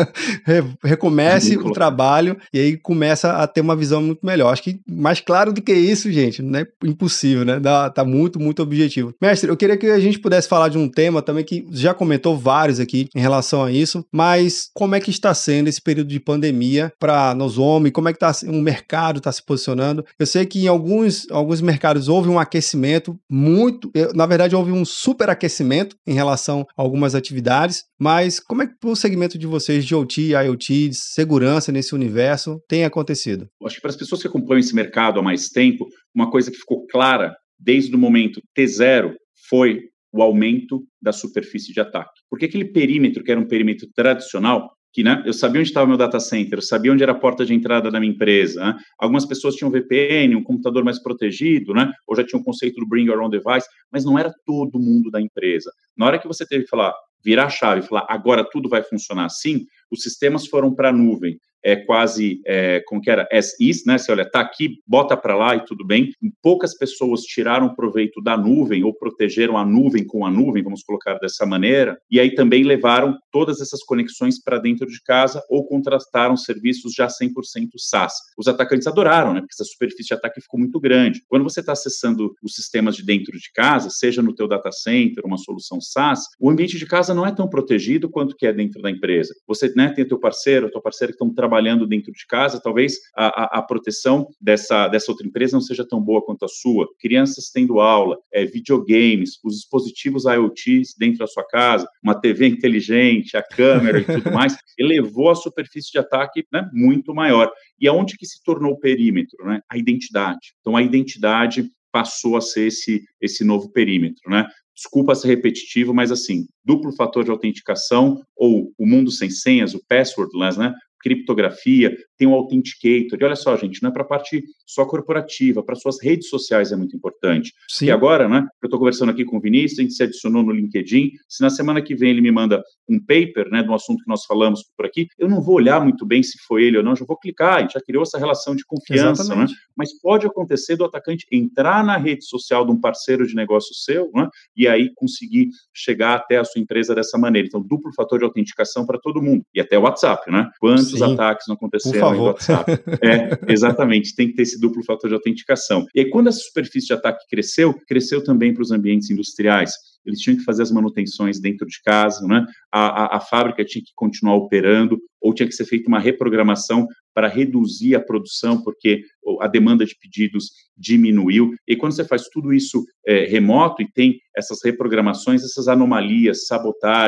recomece o trabalho e aí começa a ter uma visão muito melhor. Acho que mais claro do que isso, gente, não é impossível, né? Dá, tá muito, muito objetivo. Mestre, eu queria que a gente pudesse falar de um tema também que já comentou vários aqui em relação a isso, mas como é que está sendo esse período de pandemia para nós homens? Como é que tá, o mercado está se posicionando? Eu sei que em alguns, alguns mercados houve um aquecimento muito, na verdade houve um superaquecimento em relação a algumas atividades, mas como é que o segmento de vocês de O T, IoT, de segurança nesse universo tem acontecido? Acho que para as pessoas que acompanham esse mercado há mais tempo, uma coisa que ficou clara desde o momento T zero foi o aumento da superfície de ataque. Porque aquele perímetro, que era um perímetro tradicional, que, né, eu sabia onde estava o meu data center, eu sabia onde era a porta de entrada da minha empresa, né? Algumas pessoas tinham V P N, um computador mais protegido, né? Ou já tinha um conceito do Bring Your Own Device, mas não era todo mundo da empresa. Na hora que você teve que falar, virar a chave e falar, agora tudo vai funcionar assim, os sistemas foram para a nuvem. É quase, é, como que era, as is, né? Você olha, tá aqui, bota para lá e tudo bem. E poucas pessoas tiraram proveito da nuvem ou protegeram a nuvem com a nuvem, vamos colocar dessa maneira, e aí também levaram todas essas conexões para dentro de casa ou contrataram serviços já cem por cento SaaS. Os atacantes adoraram, né? Porque essa superfície de ataque ficou muito grande. Quando você está acessando os sistemas de dentro de casa, seja no teu data center, uma solução SaaS, o ambiente de casa não é tão protegido quanto que é dentro da empresa. Você, né, tem o teu parceiro, a tua parceira que estão trabalhando trabalhando dentro de casa, talvez a, a, a proteção dessa, dessa outra empresa não seja tão boa quanto a sua. Crianças tendo aula, é, videogames, os dispositivos IoT dentro da sua casa, uma T V inteligente, a câmera e tudo mais, elevou a superfície de ataque, né, muito maior. E aonde que se tornou o perímetro, né? A identidade. Então, a identidade passou a ser esse, esse novo perímetro, né? Desculpa ser repetitivo, mas assim, duplo fator de autenticação ou o mundo sem senhas, o passwordless, né? Criptografia, tem o Authenticator. E olha só, gente, não é para a parte só corporativa, para suas redes sociais é muito importante. Sim. E agora, né, eu estou conversando aqui com o Vinícius, a gente se adicionou no LinkedIn, se na semana que vem ele me manda um paper, né, de um assunto que nós falamos por aqui, eu não vou olhar muito bem se foi ele ou não, já vou clicar, a gente já criou essa relação de confiança, né? Mas pode acontecer do atacante entrar na rede social de um parceiro de negócio seu, né, e aí conseguir chegar até a sua empresa dessa maneira. Então, duplo fator de autenticação para todo mundo. E até o WhatsApp, né? Quantos Sim. ataques não aconteceram no WhatsApp? É, exatamente, tem que ter esse duplo fator de autenticação. E aí, quando essa superfície de ataque cresceu, cresceu também para os ambientes industriais. Eles tinham que fazer as manutenções dentro de casa, né? A, a, a fábrica tinha que continuar operando, ou tinha que ser feita uma reprogramação para reduzir a produção, porque a demanda de pedidos diminuiu. E quando você faz tudo isso é, remoto e tem essas reprogramações, essas anomalias, sabotagens,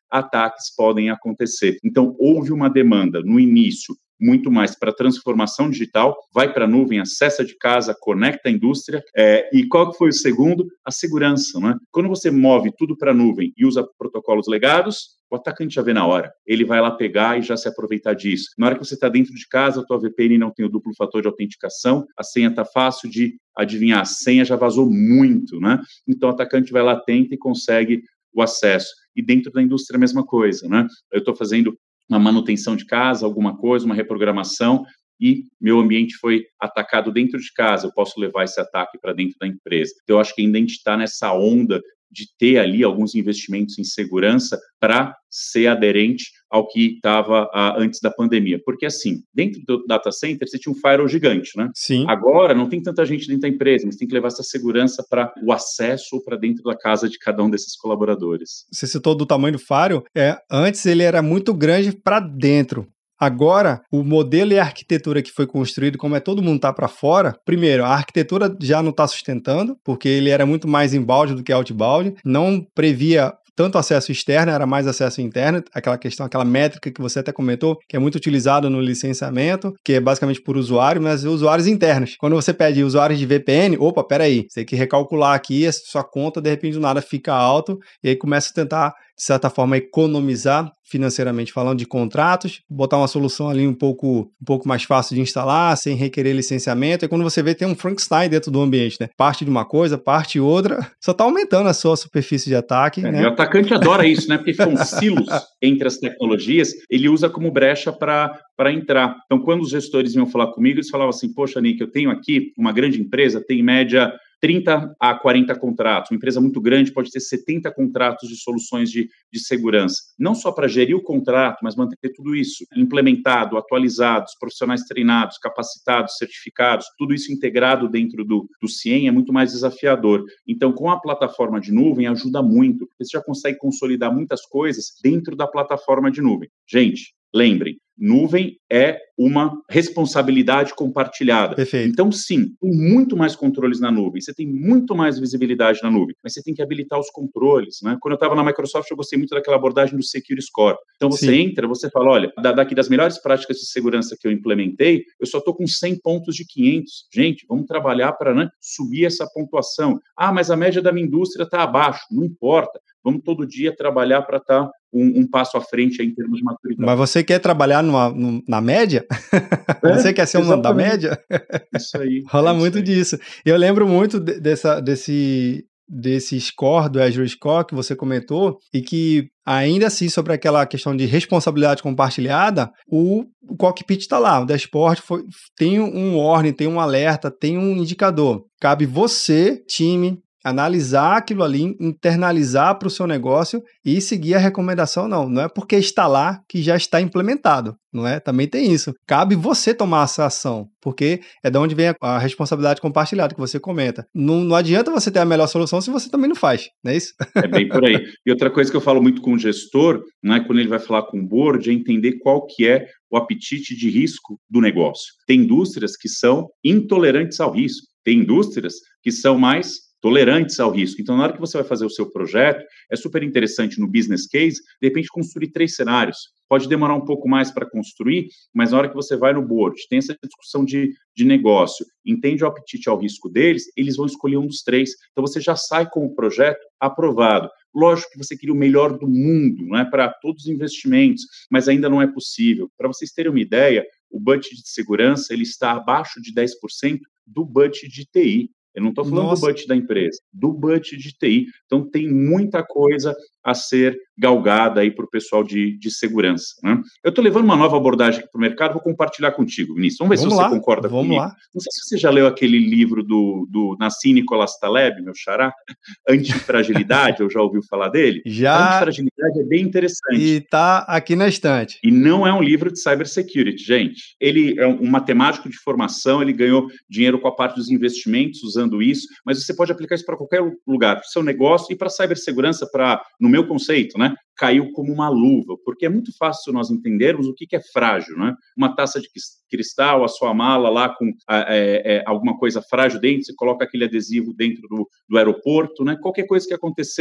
ataques podem acontecer. Então, houve uma demanda no início muito mais para transformação digital, vai para a nuvem, acessa de casa, conecta a indústria. É, e qual que foi o segundo? A segurança. Né? Quando você move tudo para a nuvem e usa protocolos legados, o atacante já vê na hora. Ele vai lá pegar e já se aproveitar disso. Na hora que você está dentro de casa, a tua V P N não tem o duplo fator de autenticação, a senha está fácil de adivinhar, a senha já vazou muito, né? Então o atacante vai lá, tenta e consegue o acesso. E dentro da indústria a mesma coisa, né? Eu estou fazendo uma manutenção de casa, alguma coisa, uma reprogramação, e meu ambiente foi atacado dentro de casa, eu posso levar esse ataque para dentro da empresa. Então, eu acho que ainda a gente está nessa onda de ter ali alguns investimentos em segurança para ser aderente ao que estava uh, antes da pandemia. Porque, assim, dentro do data center, você tinha um firewall gigante, né? Sim. Agora, não tem tanta gente dentro da empresa, mas tem que levar essa segurança para o acesso para dentro da casa de cada um desses colaboradores. Você citou do tamanho do firewall. É, antes ele era muito grande para dentro. Agora, o modelo e a arquitetura que foi construído, como é todo mundo está para fora, primeiro, a arquitetura já não está sustentando, porque ele era muito mais inbound do que outbound, não previa tanto acesso externo, era mais acesso interno, aquela questão, aquela métrica que você até comentou, que é muito utilizada no licenciamento, que é basicamente por usuário, mas usuários internos. Quando você pede usuários de V P N, opa, peraí, você tem que recalcular aqui, a sua conta, de repente, do nada fica alto, e aí começa a tentar, de certa forma, economizar financeiramente falando de contratos, botar uma solução ali um pouco, um pouco mais fácil de instalar, sem requerer licenciamento, e quando você vê, tem um Frankenstein dentro do ambiente, né? Parte de uma coisa, parte outra, só tá aumentando a sua superfície de ataque, é, né? E o atacante adora isso, né? Porque ficam silos entre as tecnologias, ele usa como brecha para para entrar. Então, quando os gestores iam falar comigo, eles falavam assim, poxa, Nick, eu tenho aqui uma grande empresa, tem em média trinta a quarenta contratos. Uma empresa muito grande pode ter setenta contratos de soluções de, de segurança. Não só para gerir o contrato, mas manter tudo isso implementado, atualizado, profissionais treinados, capacitados, certificados, tudo isso integrado dentro do, do C I E M é muito mais desafiador. Então, com a plataforma de nuvem, ajuda muito, porque você já consegue consolidar muitas coisas dentro da plataforma de nuvem. Gente, lembrem, nuvem é uma responsabilidade compartilhada. Perfeito. Então, sim, tem muito mais controles na nuvem, você tem muito mais visibilidade na nuvem, mas você tem que habilitar os controles, né? Quando eu estava na Microsoft, eu gostei muito daquela abordagem do Security Score. Então, você sim. entra, você fala, olha, daqui das melhores práticas de segurança que eu implementei, eu só estou com cem pontos de quinhentos. Gente, vamos trabalhar para, né, subir essa pontuação. Ah, mas a média da minha indústria está abaixo. Não importa. Vamos todo dia trabalhar para estar tá um, um passo à frente aí em termos de maturidade. Mas você quer trabalhar numa, numa, na média? É, você quer ser uma da média? Isso aí. Rola é isso muito aí. disso. Eu lembro muito de, dessa, desse, desse score, do Azure Score que você comentou, e que ainda assim, sobre aquela questão de responsabilidade compartilhada, o, o cockpit está lá, o dashboard foi, tem um warning, tem um alerta, tem um indicador. Cabe você, time, analisar aquilo ali, internalizar para o seu negócio e seguir a recomendação, não. Não é porque está lá que já está implementado, não é? Também tem isso. Cabe você tomar essa ação, porque é de onde vem a, a responsabilidade compartilhada que você comenta. Não, não adianta você ter a melhor solução se você também não faz, não é isso? É bem por aí. E outra coisa que eu falo muito com o gestor, né, quando ele vai falar com o board, é entender qual que é o apetite de risco do negócio. Tem indústrias que são intolerantes ao risco, tem indústrias que são mais tolerantes ao risco. Então, na hora que você vai fazer o seu projeto, é super interessante no business case, de repente, construir três cenários. Pode demorar um pouco mais para construir, mas na hora que você vai no board, tem essa discussão de, de negócio, entende o apetite ao risco deles, eles vão escolher um dos três. Então, você já sai com o projeto aprovado. Lógico que você queria o melhor do mundo, não é, para todos os investimentos, mas ainda não é possível. Para vocês terem uma ideia, o budget de segurança ele está abaixo de dez por cento do budget de T I. Eu não estou falando Nossa. do budget da empresa, do budget de T I. Então, tem muita coisa a ser galgada aí para o pessoal de, de segurança. Né? Eu estou levando uma nova abordagem aqui para o mercado, vou compartilhar contigo, Vinícius. Vamos ver vamos se você lá, concorda vamos comigo. Lá. Não sei se você já leu aquele livro do, do Nassim Nicolás Taleb, meu xará, Antifragilidade, ou já ouviu falar dele? Já. A antifragilidade é bem interessante. E está aqui na estante. E não é um livro de cybersecurity, gente. Ele é um matemático de formação, ele ganhou dinheiro com a parte dos investimentos usando isso, mas você pode aplicar isso para qualquer lugar, para o seu negócio e para a cibersegurança, para, no meu conceito, né, caiu como uma luva, porque é muito fácil nós entendermos o que, que é frágil, né? Uma taça de cristal, a sua mala lá com é, é, alguma coisa frágil dentro, você coloca aquele adesivo dentro do, do aeroporto, né? Qualquer coisa que acontecer,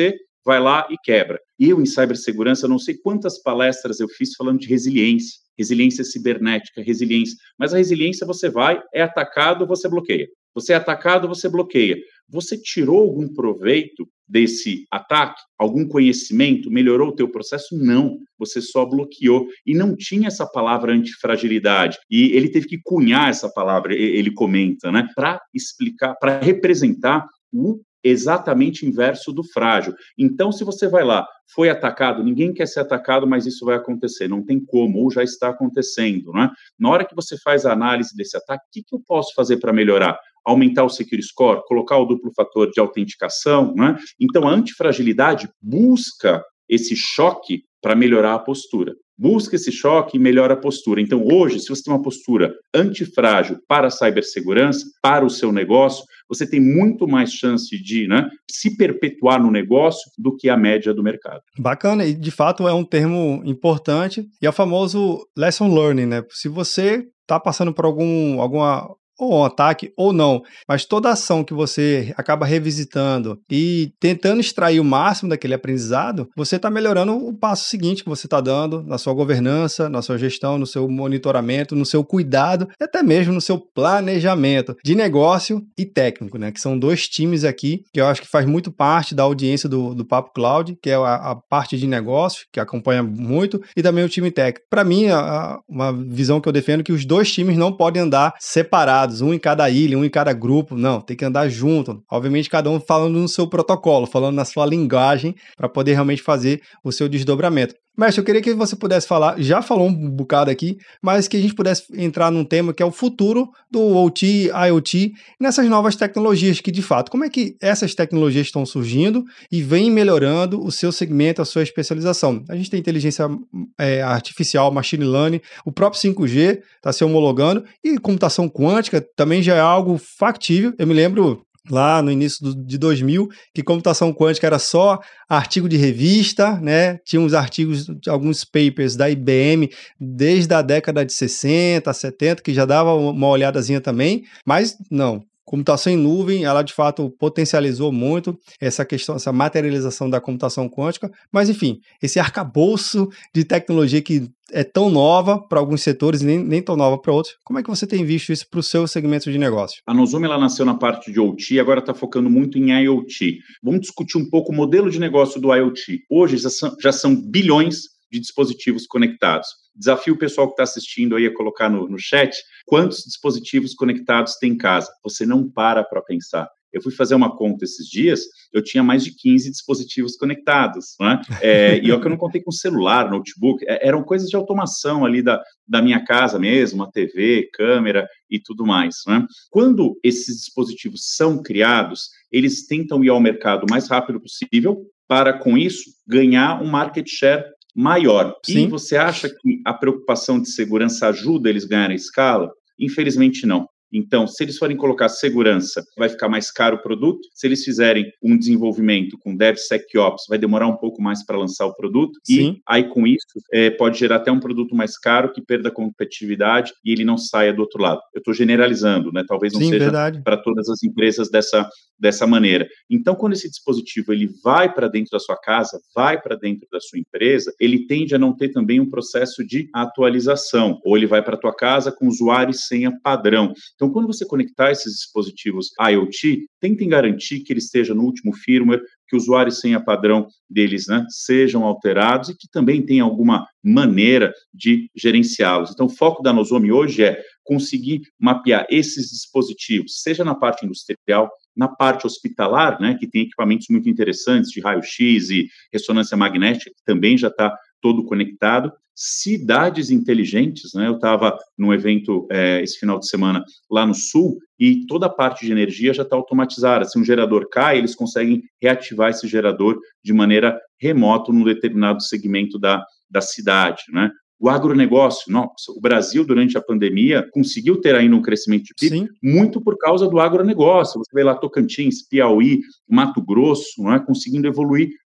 vai lá e quebra. Eu, em cibersegurança, não sei quantas palestras eu fiz falando de resiliência, resiliência cibernética, resiliência. Mas a resiliência, você vai, é atacado, você bloqueia. Você é atacado, você bloqueia. Você tirou algum proveito desse ataque? Algum conhecimento? Melhorou o teu processo? Não. Você só bloqueou. E não tinha essa palavra antifragilidade. E ele teve que cunhar essa palavra, ele comenta, né? Para explicar, para representar o exatamente inverso do frágil. Então, se você vai lá, foi atacado, ninguém quer ser atacado, mas isso vai acontecer, não tem como, ou já está acontecendo, né? Na hora que você faz a análise desse ataque, o que, que eu posso fazer para melhorar? Aumentar o Secure Score, colocar o duplo fator de autenticação, né? Então, a antifragilidade busca esse choque para melhorar a postura. Busca esse choque e melhora a postura. Então, hoje, se você tem uma postura antifrágil para a cibersegurança, para o seu negócio, você tem muito mais chance de, né, se perpetuar no negócio do que a média do mercado. Bacana, e de fato é um termo importante, e é o famoso lesson learning, né? Se você está passando por algum, alguma... ou um ataque, ou não, mas toda ação que você acaba revisitando e tentando extrair o máximo daquele aprendizado, você está melhorando o passo seguinte que você está dando na sua governança, na sua gestão, no seu monitoramento, no seu cuidado, e até mesmo no seu planejamento de negócio e técnico, né? Que são dois times aqui que eu acho que faz muito parte da audiência do, do Papo Cloud, que é a, a parte de negócio, que acompanha muito, e também o time técnico. Para mim, a, a, uma visão que eu defendo é que os dois times não podem andar separados, um em cada ilha, um em cada grupo, não, tem que andar junto, obviamente cada um falando no seu protocolo, falando na sua linguagem, para poder realmente fazer o seu desdobramento. Mestre, eu queria que você pudesse falar, já falou um bocado aqui, mas que a gente pudesse entrar num tema que é o futuro do O T, IoT, nessas novas tecnologias que, de fato, como é que essas tecnologias estão surgindo e vêm melhorando o seu segmento, a sua especialização. A gente tem inteligência é, artificial, machine learning, o próprio cinco G está se homologando, e computação quântica também já é algo factível. Eu me lembro lá no início do, de dois mil, que computação quântica era só artigo de revista, né? Tinha uns artigos, alguns papers da I B M desde a década de sessenta, setenta, que já dava uma olhadazinha também, mas não. Computação em nuvem, ela de fato potencializou muito essa questão, essa materialização da computação quântica, mas enfim, esse arcabouço de tecnologia que é tão nova para alguns setores e nem, nem tão nova para outros, como é que você tem visto isso para o seu segmento de negócio? A Nozomi, ela nasceu na parte de O T e agora está focando muito em IoT. Vamos discutir um pouco o modelo de negócio do IoT. Hoje já são, já são bilhões de dispositivos conectados. Desafio o pessoal que está assistindo aí a colocar no, no chat quantos dispositivos conectados tem em casa. Você não para para pensar. Eu fui fazer uma conta esses dias, eu tinha mais de quinze dispositivos conectados, né? É, e eu que eu não contei com celular, notebook, é, eram coisas de automação ali da, da minha casa mesmo, a T V, câmera e tudo mais, né? Quando esses dispositivos são criados, eles tentam ir ao mercado o mais rápido possível para, com isso, ganhar um market share maior. Sim. E você acha que a preocupação de segurança ajuda eles a ganharem escala? Infelizmente não. Então, se eles forem colocar segurança, vai ficar mais caro o produto. Se eles fizerem um desenvolvimento com DevSecOps, vai demorar um pouco mais para lançar o produto. Sim. E aí, com isso, é, pode gerar até um produto mais caro que perda a competitividade e ele não saia do outro lado. Eu estou generalizando, né? Talvez não Sim, seja para todas as empresas dessa, dessa maneira. Então, quando esse dispositivo ele vai para dentro da sua casa, vai para dentro da sua empresa, ele tende a não ter também um processo de atualização. Ou ele vai para a tua casa com usuário e senha padrão. Então, quando você conectar esses dispositivos IoT, tentem garantir que ele esteja no último firmware, que o usuário e senha padrão deles, né, sejam alterados e que também tenha alguma maneira de gerenciá-los. Então, o foco da Nozomi hoje é conseguir mapear esses dispositivos, seja na parte industrial, na parte hospitalar, né, que tem equipamentos muito interessantes de raio-x e ressonância magnética, que também já está todo conectado. Cidades inteligentes, né? Eu estava num evento é, esse final de semana lá no Sul e toda a parte de energia já está automatizada. Se um gerador cai, eles conseguem reativar esse gerador de maneira remota num determinado segmento da, da cidade, né? O agronegócio, nossa, o Brasil, durante a pandemia, conseguiu ter ainda um crescimento de P I B Sim. muito por causa do agronegócio. Você vê lá Tocantins, Piauí, Mato Grosso, não é? Conseguindo evoluir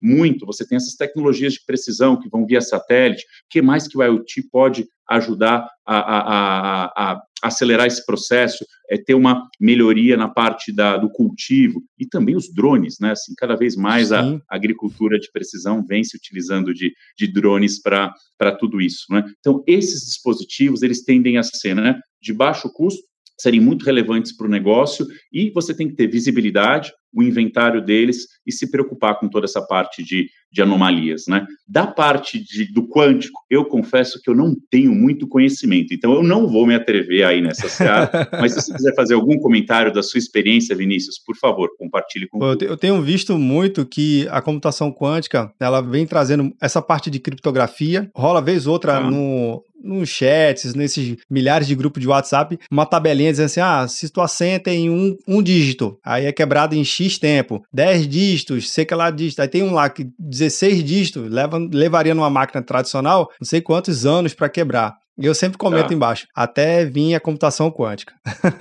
muito. Você tem essas tecnologias de precisão que vão via satélite. O que mais que o IoT pode ajudar a, a, a, a acelerar esse processo, é ter uma melhoria na parte da, do cultivo, e também os drones, né? Assim, cada vez mais a, a agricultura de precisão vem se utilizando de, de drones para tudo isso, né? Então, esses dispositivos, eles tendem a ser, né, de baixo custo, serem muito relevantes para o negócio, e você tem que ter visibilidade, o inventário deles, e se preocupar com toda essa parte de, de anomalias, né? Da parte de, do quântico, eu confesso que eu não tenho muito conhecimento, então eu não vou me atrever aí nessa seara, mas se você quiser fazer algum comentário da sua experiência, Vinícius, por favor, compartilhe com o Eu tenho visto muito que a computação quântica, ela vem trazendo essa parte de criptografia, rola vez ou outra ah. no... nos chats, nesses milhares de grupos de WhatsApp, uma tabelinha dizendo assim, ah, se tu assenta em um, um dígito, aí é quebrado em X tempo, dez dígitos, sei que lá dígito, aí tem um lá que dezesseis dígitos, leva, levaria numa máquina tradicional, não sei quantos anos para quebrar. E eu sempre comento tá. embaixo, até vir a computação quântica.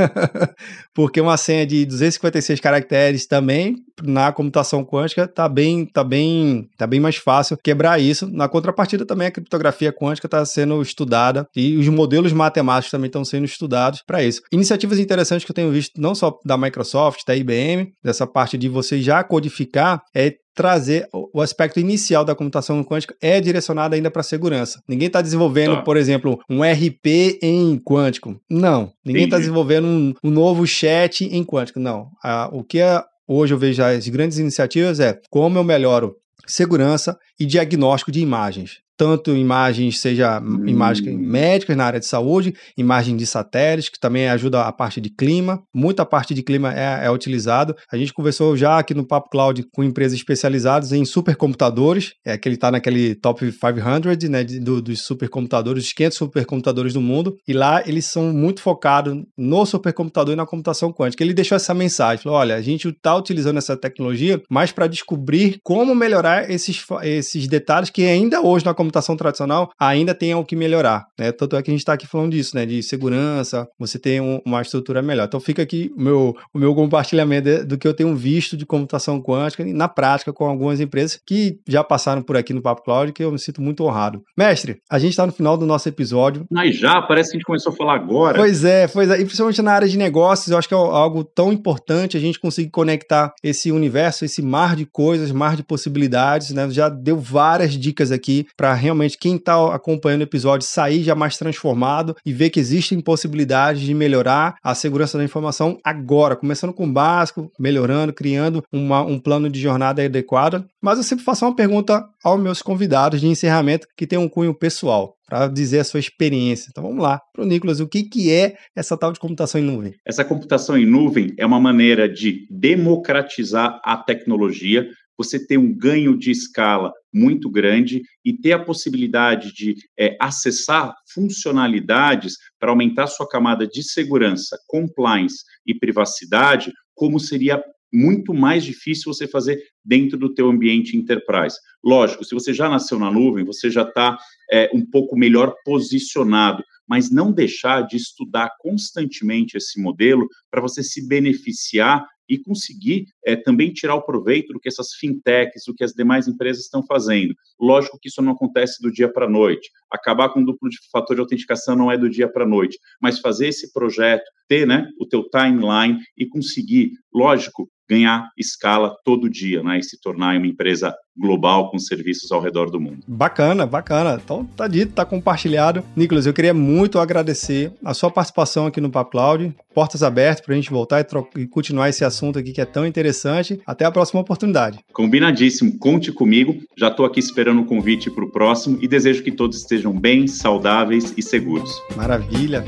Porque uma senha de duzentos e cinquenta e seis caracteres também, na computação quântica, tá bem, tá bem, tá bem mais fácil quebrar isso. Na contrapartida também a criptografia quântica está sendo estudada e os modelos matemáticos também estão sendo estudados para isso. Iniciativas interessantes que eu tenho visto, não só da Microsoft, da I B M, dessa parte de você já codificar, é trazer o aspecto inicial da computação quântica é direcionado ainda para segurança. Ninguém está desenvolvendo, tá. por exemplo, um R P em quântico. Não. Ninguém está desenvolvendo um, um novo chat em quântico. Não. Ah, o que é, hoje eu vejo as grandes iniciativas é como eu melhoro segurança e diagnóstico de imagens. Tanto imagens, seja hum. imagens médicas na área de saúde, imagem de satélites, que também ajuda a parte de clima. Muita parte de clima é, é utilizado. A gente conversou já aqui no Papo Cloud com empresas especializadas em supercomputadores, é que ele está naquele top quinhentos, né, do, dos supercomputadores, dos quinhentos supercomputadores do mundo, e lá eles são muito focados no supercomputador e na computação quântica. Ele deixou essa mensagem, falou, olha, a gente está utilizando essa tecnologia mais para descobrir como melhorar esses, esses detalhes que ainda hoje na computação computação tradicional ainda tem o que melhorar, né? Tanto é que a gente está aqui falando disso, né? De segurança, você tem um, uma estrutura melhor. Então fica aqui o meu, o meu compartilhamento do que eu tenho visto de computação quântica na prática com algumas empresas que já passaram por aqui no Papo Cloud, que eu me sinto muito honrado. Mestre, a gente está no final do nosso episódio. Mas já, parece que a gente começou a falar agora. Pois é, pois é. E principalmente na área de negócios, eu acho que é algo tão importante a gente conseguir conectar esse universo, esse mar de coisas, mar de possibilidades, né? Já deu várias dicas aqui para realmente quem está acompanhando o episódio sair já mais transformado e ver que existem possibilidades de melhorar a segurança da informação agora, começando com o básico, melhorando, criando uma, um plano de jornada adequado. Mas eu sempre faço uma pergunta aos meus convidados de encerramento que tem um cunho pessoal, para dizer a sua experiência. Então vamos lá, para o Nicolas, o que, que é essa tal de computação em nuvem? Essa computação em nuvem é uma maneira de democratizar a tecnologia, você ter um ganho de escala muito grande e ter a possibilidade de é, acessar funcionalidades para aumentar sua camada de segurança, compliance e privacidade, como seria muito mais difícil você fazer dentro do teu ambiente enterprise. Lógico, se você já nasceu na nuvem, você já está é, um pouco melhor posicionado, mas não deixar de estudar constantemente esse modelo para você se beneficiar e conseguir é, também tirar o proveito do que essas fintechs, do que as demais empresas estão fazendo. Lógico que isso não acontece do dia para a noite. Acabar com o duplo de fator de autenticação não é do dia para a noite, mas fazer esse projeto, ter, né, o teu timeline e conseguir, lógico, ganhar escala todo dia, né, e se tornar uma empresa global com serviços ao redor do mundo. Bacana, bacana. Então tá dito, tá compartilhado. Nicolas, eu queria muito agradecer a sua participação aqui no Papo Cloud. Portas abertas para a gente voltar e, e continuar esse assunto aqui que é tão interessante. Até a próxima oportunidade. Combinadíssimo. Conte comigo. Já estou aqui esperando o convite para o próximo e desejo que todos estejam bem, saudáveis e seguros. Maravilha.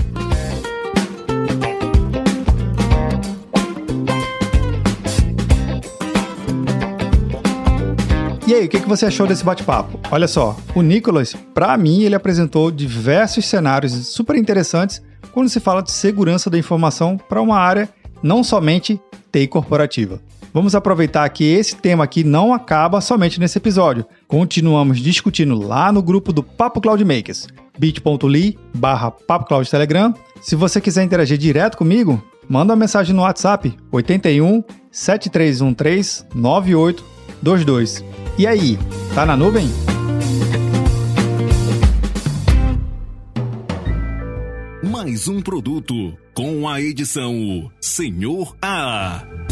E aí, o que você achou desse bate-papo? Olha só, o Nicolas, para mim, ele apresentou diversos cenários super interessantes quando se fala de segurança da informação para uma área não somente T I corporativa. Vamos aproveitar que esse tema aqui não acaba somente nesse episódio. Continuamos discutindo lá no grupo do Papo Cloud Makers, bit.ly barra Papo Cloud Telegram. Se você quiser interagir direto comigo, manda uma mensagem no WhatsApp oito um, sete três um três, nove oito dois dois. E aí, tá na nuvem? Mais um produto com a edição Senhor A.